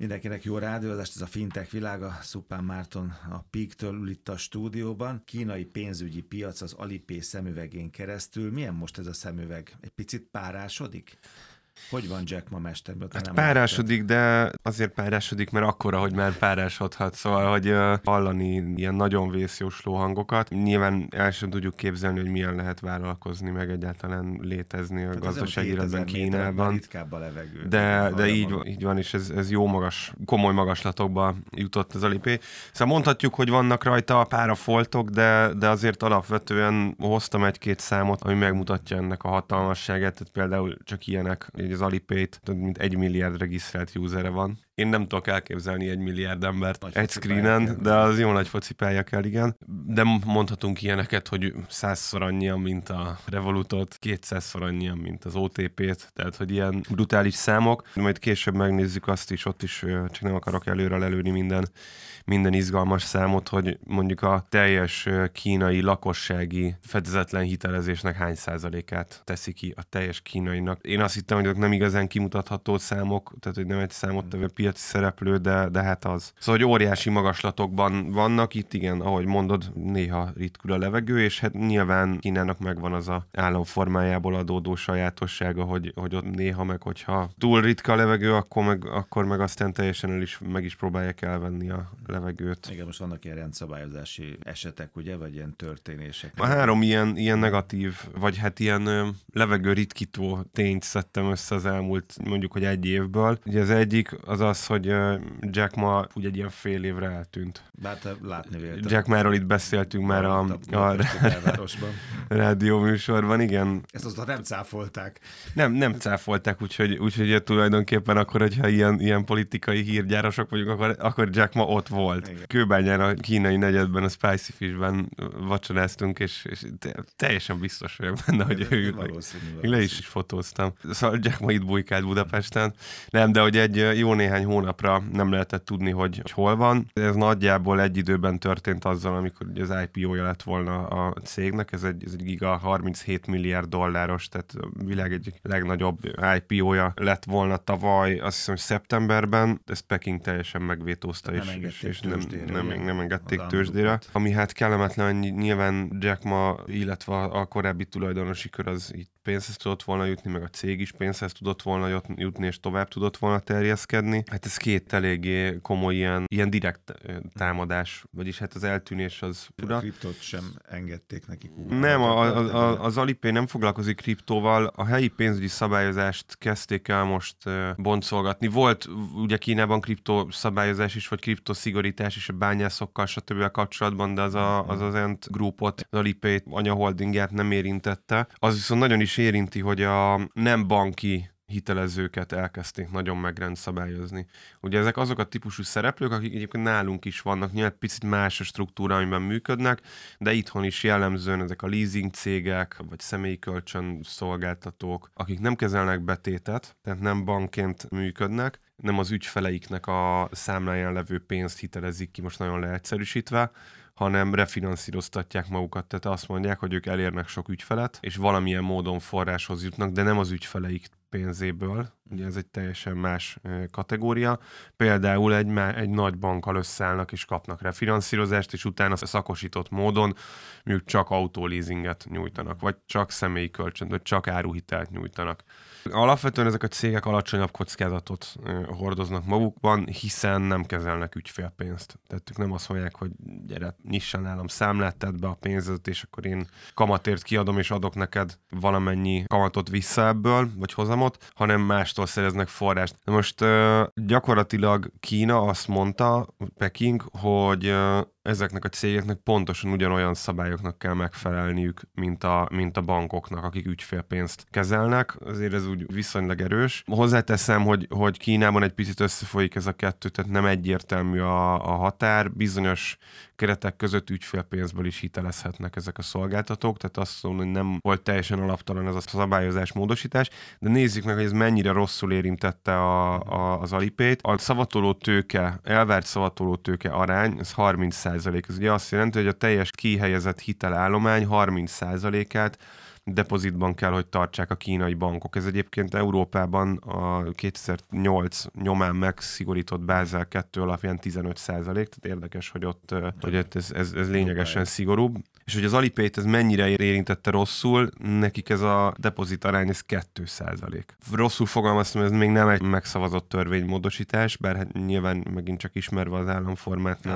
Mindenkinek jó rádiózást, ez a fintech világa. Szupán Márton a Peak-től ül itt a stúdióban. Kínai pénzügyi piac az Alipay szemüvegén keresztül. Milyen most ez a szemüveg? Egy picit párásodik? Hogy van Jack Ma mesterből? Hát párásodik, de azért párásodik, mert akkora, hogy már párásodhat. Szóval, hogy hallani ilyen nagyon vészjósló hangokat. Nyilván el sem tudjuk képzelni, hogy milyen lehet vállalkozni, meg egyáltalán létezni a gazdasági életben Kínában. Ritkább a levegő. De így van, és ez jó komoly magaslatokba jutott az Alipay. Szóval mondhatjuk, hogy vannak rajta párafoltok, de azért alapvetően hoztam egy-két számot, ami megmutatja ennek a hatalmasságát. Tehát például csak ilyenek, hogy az Alipay-t több mint 1 milliárd regisztrált usere van. Én nem tudok elképzelni 1 milliárd embert egy screenen, de az jó nagy focipálya kell, igen. De mondhatunk ilyeneket, hogy 100-szor annyian, mint a Revolutot, 200-szor annyian, mint az OTP-t, tehát hogy ilyen brutális számok. Majd később megnézzük azt is, ott is csak nem akarok előre lelőni minden izgalmas számot, hogy mondjuk a teljes kínai lakossági fedezetlen hitelezésnek hány százalékát teszi ki a teljes kínainak. Én azt hittem, hogy nem igazán kimutatható számok, tehát hogy nem egy számottevő piaci szereplő, de hát az. Szóval, hogy óriási magaslatokban vannak itt, igen, ahogy mondod, néha ritkul a levegő, és hát nyilván Kínának megvan az a államformájából adódó sajátossága, hogy ott néha meg, hogyha túl ritka a levegő, akkor meg aztán teljesen meg is próbálják elvenni a levegőt. Igen, most vannak ilyen rendszabályozási esetek, ugye, vagy ilyen történések. A 3 ilyen negatív, vagy hát ilyen levegő ritkító tényt szedtem össze az elmúlt mondjuk, hogy 1 évből. Ugye az egyik az, hogy Jack Ma úgy egy ilyen fél évre eltűnt. Bár te látni véltem. Jack Ma-ról itt beszéltünk már a rádió műsorban, igen. Ezt aztán nem cáfolták. Nem cáfolták, úgyhogy tulajdonképpen akkor, hogyha ilyen politikai hírgyárosok vagyunk, akkor Jack Ma ott volt. Igen. Kőbányán a kínai negyedben, a Spicy Fish-ben vacsoráztunk, és teljesen biztos vagyok benne, hogy ő le is fotóztam. Szóval Jack Ma itt bujkált Budapesten. Nem, de hogy egy jó néhány hónapra nem lehetett tudni, hogy hol van. Ez nagyjából egy időben történt azzal, amikor az IPO-ja lett volna a cégnek. Ez egy giga 37 milliárd dolláros, tehát a világ egyik legnagyobb IPO-ja lett volna tavaly, azt hiszem, hogy szeptemberben. Ezt Peking teljesen megvétózta, és nem engedték tőzsdére. Ami hát kellemetlen, nyilván Jack Ma, illetve a korábbi tulajdonosi kör az így pénzhez tudott volna jutni, meg a cég is pénzhez tudott volna jutni, és tovább tudott volna terjeszkedni. Hát ez 2 eléggé komoly ilyen direkt támadás, vagyis hát az eltűnés az... A kriptót sem engedték nekik. Nem, az Alipay nem foglalkozik kriptóval, a helyi pénzügyi szabályozást kezdték el most boncolgatni. Volt ugye Kínában kriptószabályozás is, vagy kriptoszigorítás is a bányászokkal, stb. Kapcsolatban, de az Ant Groupot, az Alipay anyaholdingját nem érintette. Az viszont nagyon is érinti, hogy a nem banki hitelezőket elkezdték nagyon megrendszabályozni. Ugye ezek azok a típusú szereplők, akik egyébként nálunk is vannak, nyilván picit más a struktúra, amiben működnek, de itthon is jellemzően ezek a leasing cégek, vagy személyi kölcsön szolgáltatók, akik nem kezelnek betétet, tehát nem bankként működnek, nem az ügyfeleiknek a számláján levő pénzt hitelezik ki, most nagyon leegyszerűsítve, hanem refinanszíroztatják magukat. Tehát azt mondják, hogy ők elérnek sok ügyfelet, és valamilyen módon forráshoz jutnak, de nem az ügyfeleik pénzéből. Ugye ez egy teljesen más kategória. Például egy nagy bankkal összeállnak és kapnak refinanszírozást, és utána szakosított módon mondjuk csak autóleasinget nyújtanak, vagy csak személyi kölcsönt, vagy csak áruhitelt nyújtanak. Alapvetően ezek a cégek alacsonyabb kockázatot hordoznak magukban, hiszen nem kezelnek ügyfélpénzt. Tehát ők nem azt mondják, hogy gyere, nyissan nálam számlát, tedd be a pénzedet, és akkor én kamatért kiadom, és adok neked valamennyi kamatot vissza ebből, vagy hozamot, hanem mástól szereznek forrást. De most gyakorlatilag Kína azt mondta, Peking, hogy ezeknek a cégeknek pontosan ugyanolyan szabályoknak kell megfelelniük, mint a bankoknak, akik ügyfélpénzt kezelnek. Azért ez úgy viszonylag erős. Hozzáteszem, hogy Kínában egy picit összefolyik ez a kettő, tehát nem egyértelmű a határ. Bizonyos keretek között ügyfélpénzből is hitelezhetnek ezek a szolgáltatók, tehát azt mondom, hogy nem volt teljesen alaptalan ez a szabályozás módosítás, de nézzük meg, hogy ez mennyire rosszul érintette az Alipayt. A szavatoló tőke, elvárt szavatoló tőke arány, ez 30%. Ez ugye azt jelenti, hogy a teljes kihelyezett hitelállomány 30%-át depozitban kell, hogy tartsák a kínai bankok. Ez egyébként Európában a 2008 nyomán megszigorított Bázel 2 alapján 15%, tehát érdekes, hogy ott hogy ez lényegesen szigorúbb. És hogy az Alipay-t ez mennyire érintette rosszul, nekik ez a depozit arány, ez 2%. Rosszul fogalmaztam, ez még nem egy megszavazott törvénymódosítás, bár hát nyilván megint csak ismerve az államformát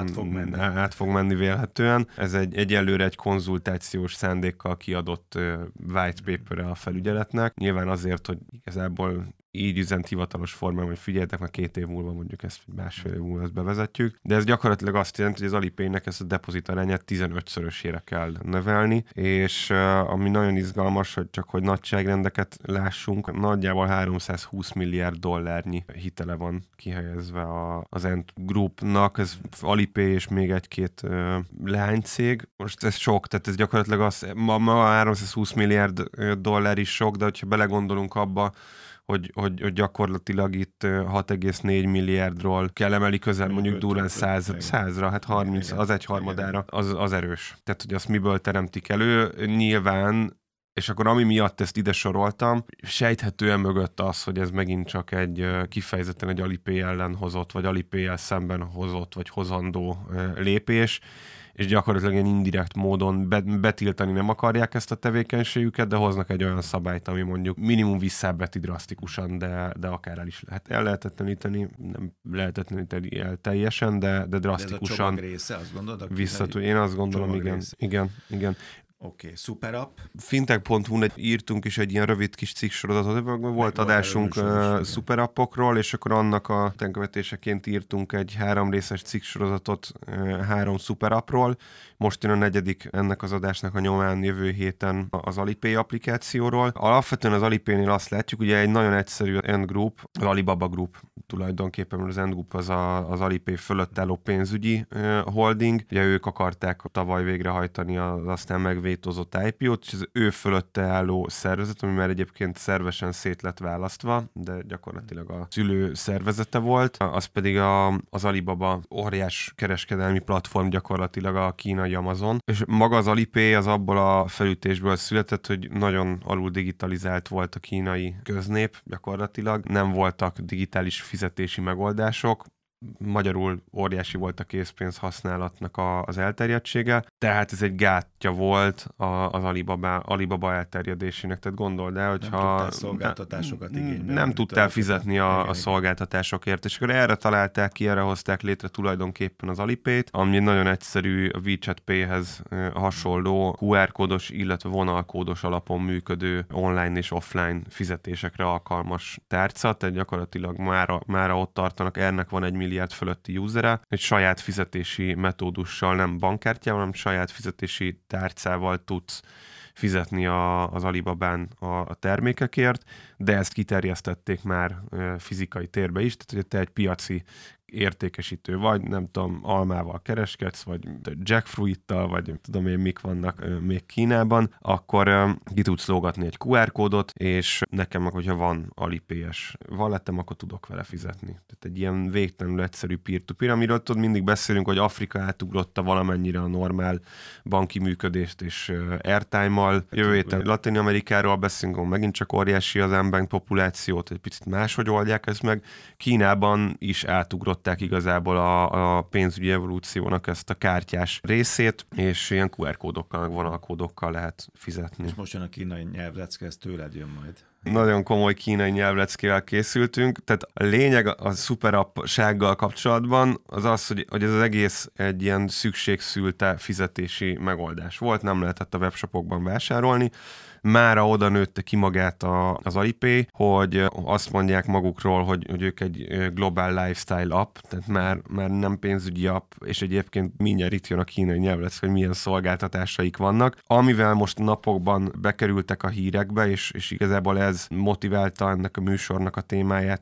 át fog menni vélhetően. Ez egyelőre egy konzultációs szándékkal kiadott white paper a felügyeletnek. Nyilván azért, hogy igazából így üzent hivatalos formán, hogy figyeljetek, már 2 év múlva mondjuk ezt, másfél év múlva ezt bevezetjük. De ez gyakorlatilag azt jelenti, hogy az Alipay-nek ezt a depozit arányát 15-szörösére kell növelni, és ami nagyon izgalmas, hogy nagyságrendeket lássunk, nagyjából 320 milliárd dollárnyi hitele van kihelyezve az Ant Groupnak, ez Alipay és még egy-két leánycég. Most ez sok, tehát ez gyakorlatilag ma 320 milliárd dollár is sok, de hogyha belegondolunk abba, hogy gyakorlatilag itt 6,4 milliárdról kell emelni közel mondjuk durván 100-ra, hát 30, az egyharmadára, az erős. Tehát, hogy azt miből teremtik elő, nyilván, és akkor ami miatt ezt ide soroltam, sejthetően mögött az, hogy ez megint csak kifejezetten egy Alipay ellen hozott, vagy Alipay-el szemben hozott, vagy hozandó lépés, és gyakorlatilag egy indirekt módon betiltani nem akarják ezt a tevékenységüket, de hoznak egy olyan szabályt, ami mondjuk minimum visszábbeti drasztikusan, de akár el lehetetleníteni, nem lehetetleníteni el teljesen, de drasztikusan. De ez a csomag része, azt gondolod? Én azt gondolom, igen. Oké, SuperApp. Fintech.hu-n írtunk is egy ilyen rövid kis cikksorozatot, volt adásunk SuperAppokról, és akkor annak a tenkövetéseként írtunk egy 3 részes cikksorozatot 3 SuperAppról. Most jön a 4. ennek az adásnak a nyomán jövő héten az Alipay applikációról. Alapvetően az Alipay-nél azt látjuk, ugye egy nagyon egyszerű Ant Group, az Alibaba Group tulajdonképpen, mert az Ant Group az Alipay fölött álló pénzügyi holding. Ugye ők akarták tavaly végrehajtani az aztán megvétózott IPO-t, és az ő fölötte álló szervezet, ami már egyébként szervesen szét lett választva, de gyakorlatilag a szülő szervezete volt, az pedig az Alibaba óriás kereskedelmi platform, gyakorlatilag a kínai Amazon, és maga az Alipay az abból a felütésből született, hogy nagyon alul digitalizált volt a kínai köznép gyakorlatilag, nem voltak digitális fizetési megoldások, magyarul óriási volt a készpénz használatnak az elterjedtsége, tehát ez egy gátja volt az Alibaba elterjedésének, tehát gondold el, hogyha nem tudtál fizetni a szolgáltatásokért, és akkor erre hozták létre tulajdonképpen az Alipay-t, ami egy nagyon egyszerű a WeChat Pay-hez hasonló QR-kódos, illetve vonalkódos alapon működő online és offline fizetésekre alkalmas tárca, tehát gyakorlatilag mára ott tartanak, ennek van 1 milliárd fölötti usere, egy saját fizetési metódussal, nem bankkártyával, hanem saját fizetési tárcával tudsz fizetni az Alibabán a termékekért, de ezt kiterjesztették már fizikai térbe is, tehát hogy te egy piaci értékesítő vagy, nem tudom, almával kereskedsz, vagy jackfruittal, vagy nem tudom én mik vannak még Kínában, akkor ki tudsz lógatni egy QR kódot, és nekem meg, hogyha van Alipay-es walletem, akkor tudok vele fizetni. Tehát egy ilyen végtelenül egyszerű peer-to-peer, amiről tudod, mindig beszélünk, hogy Afrika átugrotta valamennyire a normál banki működést és airtime-mal. Jövő héten Latin-Amerikáról beszélünk, megint csak óriási az M-Bank populációt, egy picit máshogy oldják ezt meg. Kínában is átugrott igazából a pénzügyi evolúciónak ezt a kártyás részét, és ilyen QR kódokkal, meg vonalkódokkal lehet fizetni. És most jön a kínai nyelvlecke, ez tőled jön majd. Nagyon komoly kínai nyelvleckével készültünk, tehát a lényeg a SuperApp-sággal kapcsolatban az, hogy ez az egész egy ilyen szükségszülte fizetési megoldás volt, nem lehetett a webshopokban vásárolni. Mára oda nőtte ki magát az Alipay, hogy azt mondják magukról, hogy ők egy global lifestyle app, tehát már nem pénzügyi app, és egyébként mindjárt itt jön a kínai nyelvlecke, hogy milyen szolgáltatásaik vannak, amivel most napokban bekerültek a hírekbe, és igazából ez motiválta ennek a műsornak a témáját is.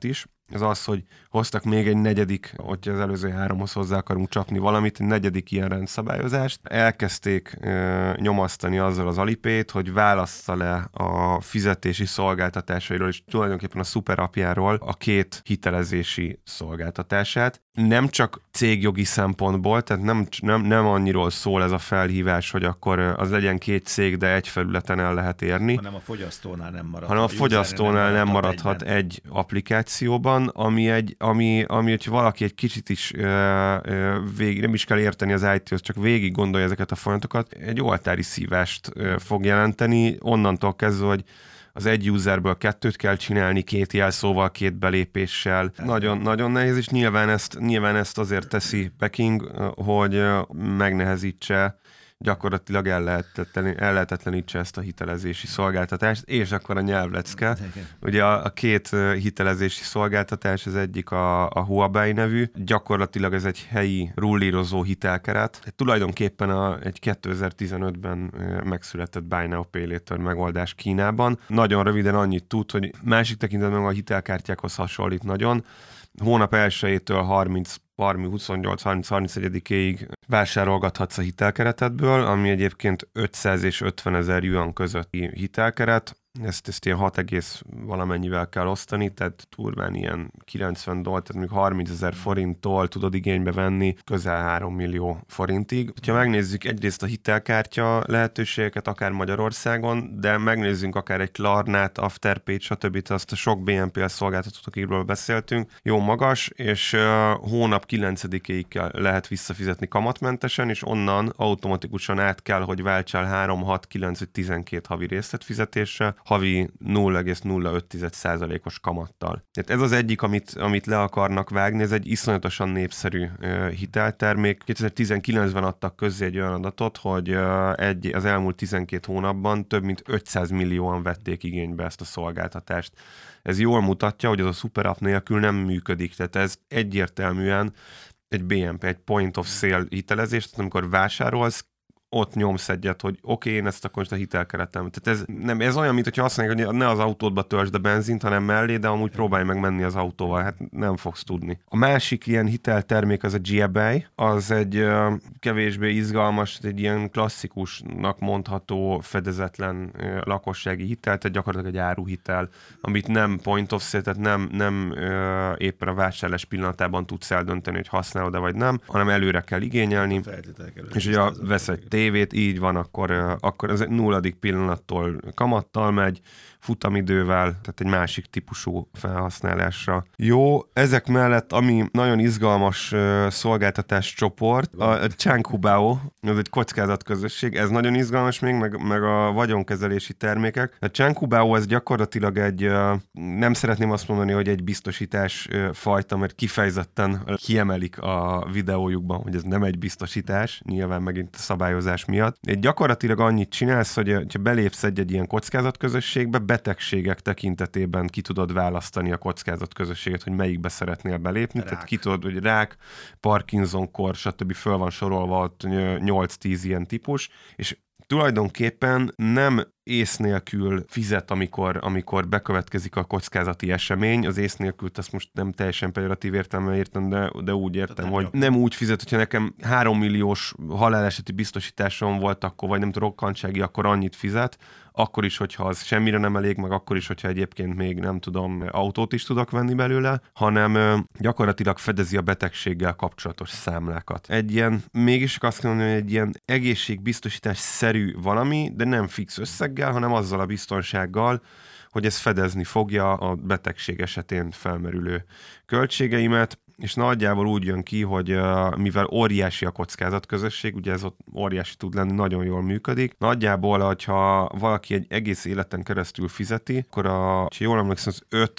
az az, hogy hoztak még egy negyedik, hogyha az előző 3-hoz hozzá akarunk csapni valamit, egy negyedik ilyen rendszabályozást. Elkezdték nyomasztani azzal az Alipét, hogy válassza le a fizetési szolgáltatásairól, és tulajdonképpen a szuperapjáról a 2 hitelezési szolgáltatását. Nem csak cégjogi szempontból, tehát nem annyiról szól ez a felhívás, hogy akkor az legyen 2 cég, de egy felületen el lehet érni. Hanem a fogyasztónál nem maradhat. Hanem a fogyasztónál nem maradhat egy applikációban, ami hogyha valaki egy kicsit is nem is kell érteni az IT-hoz, csak végig gondolja ezeket a folyamatokat, egy oltári szívást fog jelenteni, onnantól kezdve, hogy az egy userből 2 kell csinálni, 2 jelszóval, 2 belépéssel. Nagyon, nagyon nehéz, és nyilván ezt azért teszi Peking, hogy megnehezítse, gyakorlatilag ellehetetlenítse ezt a hitelezési szolgáltatást, és akkor a nyelvlecke. Ugye a 2 hitelezési szolgáltatás, az egyik a Huawei nevű, gyakorlatilag ez egy helyi rullírozó hitelkeret. Tulajdonképpen egy 2015-ben megszületett Buy Now Pay Later megoldás Kínában. Nagyon röviden annyit tud, hogy másik tekintetben a hitelkártyákhoz hasonlít nagyon. Hónap 1-től 28-30-31-ig vásárolgathatsz a hitelkeretedből, ami egyébként 500 és 50 ezer yuan közötti hitelkeret. Ezt ilyen 6 valamennyivel kell osztani, tehát turván ilyen $90, tehát még 30 000 forinttól tudod igénybe venni közel 3 millió forintig. Ha megnézzük egyrészt a hitelkártya lehetőségeket, akár Magyarországon, de megnézzünk akár egy Klarnát, Afterpay, stb. Azt a sok BNPL szolgáltatót, akikről beszéltünk, jó magas, és hónap 9-ig lehet visszafizetni kamatmentesen, és onnan automatikusan át kell, hogy váltsál 3, 6, 9, 12 havi részletfizetésre, havi 0,05%-os kamattal. Tehát ez az egyik, amit le akarnak vágni, ez egy iszonyatosan népszerű hiteltermék. 2019-ben adtak közzé egy olyan adatot, hogy az elmúlt 12 hónapban több mint 500 millióan vették igénybe ezt a szolgáltatást. Ez jól mutatja, hogy az a szuperapp nélkül nem működik, tehát ez egyértelműen egy BNP, egy point of sale hitelezés, tehát amikor vásárolsz, ott nyomsz egyet, hogy oké, én ezt akkor most a hitelkeretem. Tehát ez olyan, mintha azt mondják, hogy ne az autódba töltsd a benzint, hanem mellé, de amúgy próbálj meg menni az autóval, hát nem fogsz tudni. A másik ilyen hiteltermék az a GBI, az egy kevésbé izgalmas, egy ilyen klasszikusnak mondható fedezetlen lakossági hitel, tehát gyakorlatilag egy áruhitel, amit nem point of sale, tehát nem éppen a vásárlás pillanatában tudsz eldönteni, hogy használod-e vagy nem, hanem előre kell igényelni, és ugye vesz egy tévét, így van, akkor az 0. pillanattól kamattal megy, futamidővel, tehát egy másik típusú felhasználásra. Jó, ezek mellett, ami nagyon izgalmas szolgáltatás csoport, a Changhubao, az egy kockázatközösség, ez nagyon izgalmas még, meg a vagyonkezelési termékek. A Changhubao ez gyakorlatilag nem szeretném azt mondani, hogy egy biztosítás fajta, mert kifejezetten kiemelik a videójukban, hogy ez nem egy biztosítás, nyilván megint a szabályozás miatt. Gyakorlatilag annyit csinálsz, hogy ha belépsz egy ilyen kockázatközösségbe, betegségek tekintetében ki tudod választani a kockázatközösséget, hogy melyikbe szeretnél belépni. Tehát ki tudod, hogy rák, Parkinson-kor, stb. Föl van sorolva ott 8-10 ilyen típus, és tulajdonképpen nem ész nélkül fizet, amikor bekövetkezik a kockázati esemény. Az ész nélkült azt most nem teljesen pejoratív értelme értem, de úgy értem, hogy nem úgy fizet, hogyha nekem 3 milliós haláleseti biztosításom volt akkor, vagy nem tudom, rokkantsági, akkor annyit fizet, akkor is, hogyha az semmire nem elég, meg akkor is, hogyha egyébként még nem tudom, autót is tudok venni belőle, hanem gyakorlatilag fedezi a betegséggel kapcsolatos számlákat. Egy ilyen, mégis azt kell mondani, hogy egy ilyen egészségbiztosítás-szerű valami, de nem fix összeggel, hanem azzal a biztonsággal, hogy ez fedezni fogja a betegség esetén felmerülő költségeimet, és nagyjából úgy jön ki, hogy mivel óriási a kockázatközösség, ugye ez ott óriási tud lenni, nagyon jól működik. Nagyjából, hogyha valaki egy egész életen keresztül fizeti, akkor ha jól emlékszem, az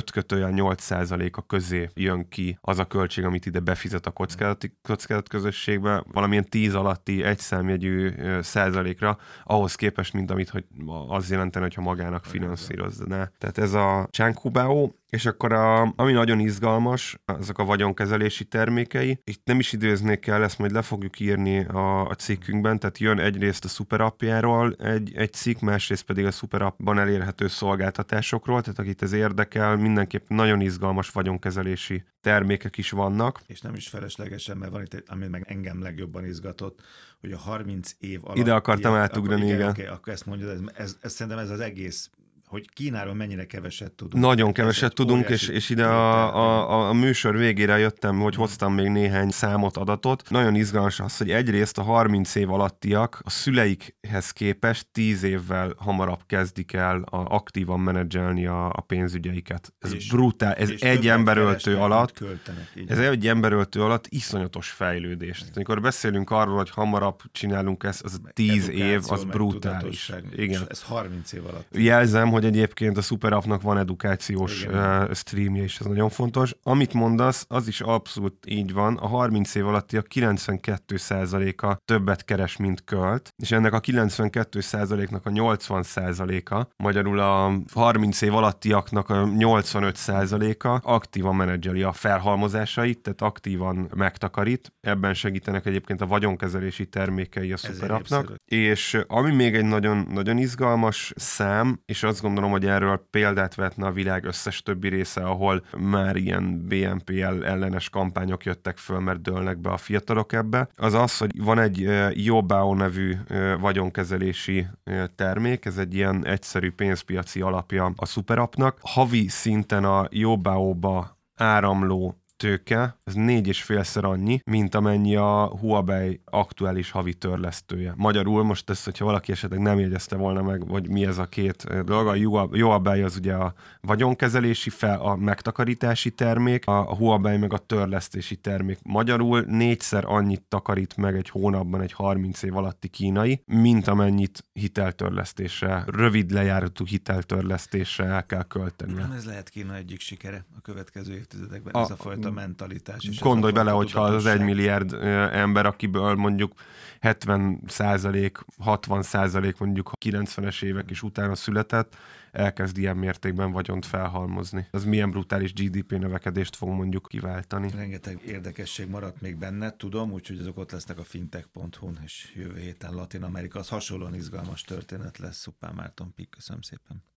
5-8% közé jön ki az a költség, amit ide befizet a kockázatközösségbe, valamilyen 10 alatti egyszámjegyű százalékra, ahhoz képest, mint amit az jelentene, hogyha magának finanszírozná. Tehát ez a Changhubao, És akkor ami nagyon izgalmas, azok a vagyonkezelési termékei. Itt nem is időznék el, ezt majd le fogjuk írni a cikkünkben, tehát jön egyrészt a Superappjáról egy cikk, másrészt pedig a Superappban elérhető szolgáltatásokról, tehát akit ez érdekel, mindenképp nagyon izgalmas vagyonkezelési termékek is vannak. És nem is feleslegesen, mert van itt, ami meg engem legjobban izgatott, hogy a 30 év alatt... Ide akartam átugrani, igen. Okay, akkor ezt mondjad, ez szerintem ez az egész, hogy Kínáról mennyire keveset tudunk. Nagyon keveset tudunk, és ide a műsor végére jöttem, hogy hoztam még néhány számot, adatot. Nagyon izgalmas az, hogy egyrészt a 30 év alattiak a szüleikhez képest 10 évvel hamarabb kezdik el aktívan menedzselni a pénzügyeiket. Ez brutál, ez egy emberöltő alatt. Ez egy emberöltő alatt iszonyatos fejlődés. Amikor beszélünk arról, hogy hamarabb csinálunk ezt, az 10 év, az brutális. Igen. Ez 30 év alatt. Jelzem, hogy egyébként a Superappnak van edukációs streamje is, ez nagyon fontos. Amit mondasz, az is abszolút így van. A 30 év alatti a 92%-a többet keres, mint költ, és ennek a 92%-nak a 80%-a, magyarul a 30 év alattiaknak a 85%-a aktívan menedzseli a felhalmozásait, tehát aktívan megtakarít. Ebben segítenek egyébként a vagyonkezelési termékei a Superappnak. És ami még egy nagyon, nagyon izgalmas szám, és azt gondolom, hogy erről példát vetne a világ összes többi része, ahol már ilyen BNPL ellenes kampányok jöttek föl, mert dőlnek be a fiatalok ebbe, az az, hogy van egy Youbao nevű vagyonkezelési termék, ez egy ilyen egyszerű pénzpiaci alapja a Superappnak. Havi szinten a Youbao-ba áramló tőke, ez 4,5-szer annyi, mint amennyi a Huawei aktuális havi törlesztője. Magyarul most ezt, hogyha valaki esetleg nem jegyezte volna meg, hogy mi ez a két dolog, a Huawei az ugye a vagyonkezelési, a megtakarítási termék, a Huawei meg a törlesztési termék. Magyarul 4-szer annyit takarít meg egy hónapban egy 30 év alatti kínai, mint amennyit hiteltörlesztésre, rövid lejáratú hiteltörlesztésre el kell költenie. Ez lehet Kína egyik sikere a következő évtizedekben, ez a fajta mentalitás. És gondolj bele, hogyha az 1 milliárd ember, akiből mondjuk 70%, 60% mondjuk 90-es évek is utána született, elkezd ilyen mértékben vagyont felhalmozni. Az milyen brutális GDP növekedést fog mondjuk kiváltani. Rengeteg érdekesség maradt még benne, tudom, úgyhogy azok ott lesznek a fintech.hu-n, és jövő héten Latin Amerika, az hasonlóan izgalmas történet lesz. Suppán Márton Pik, köszönöm szépen.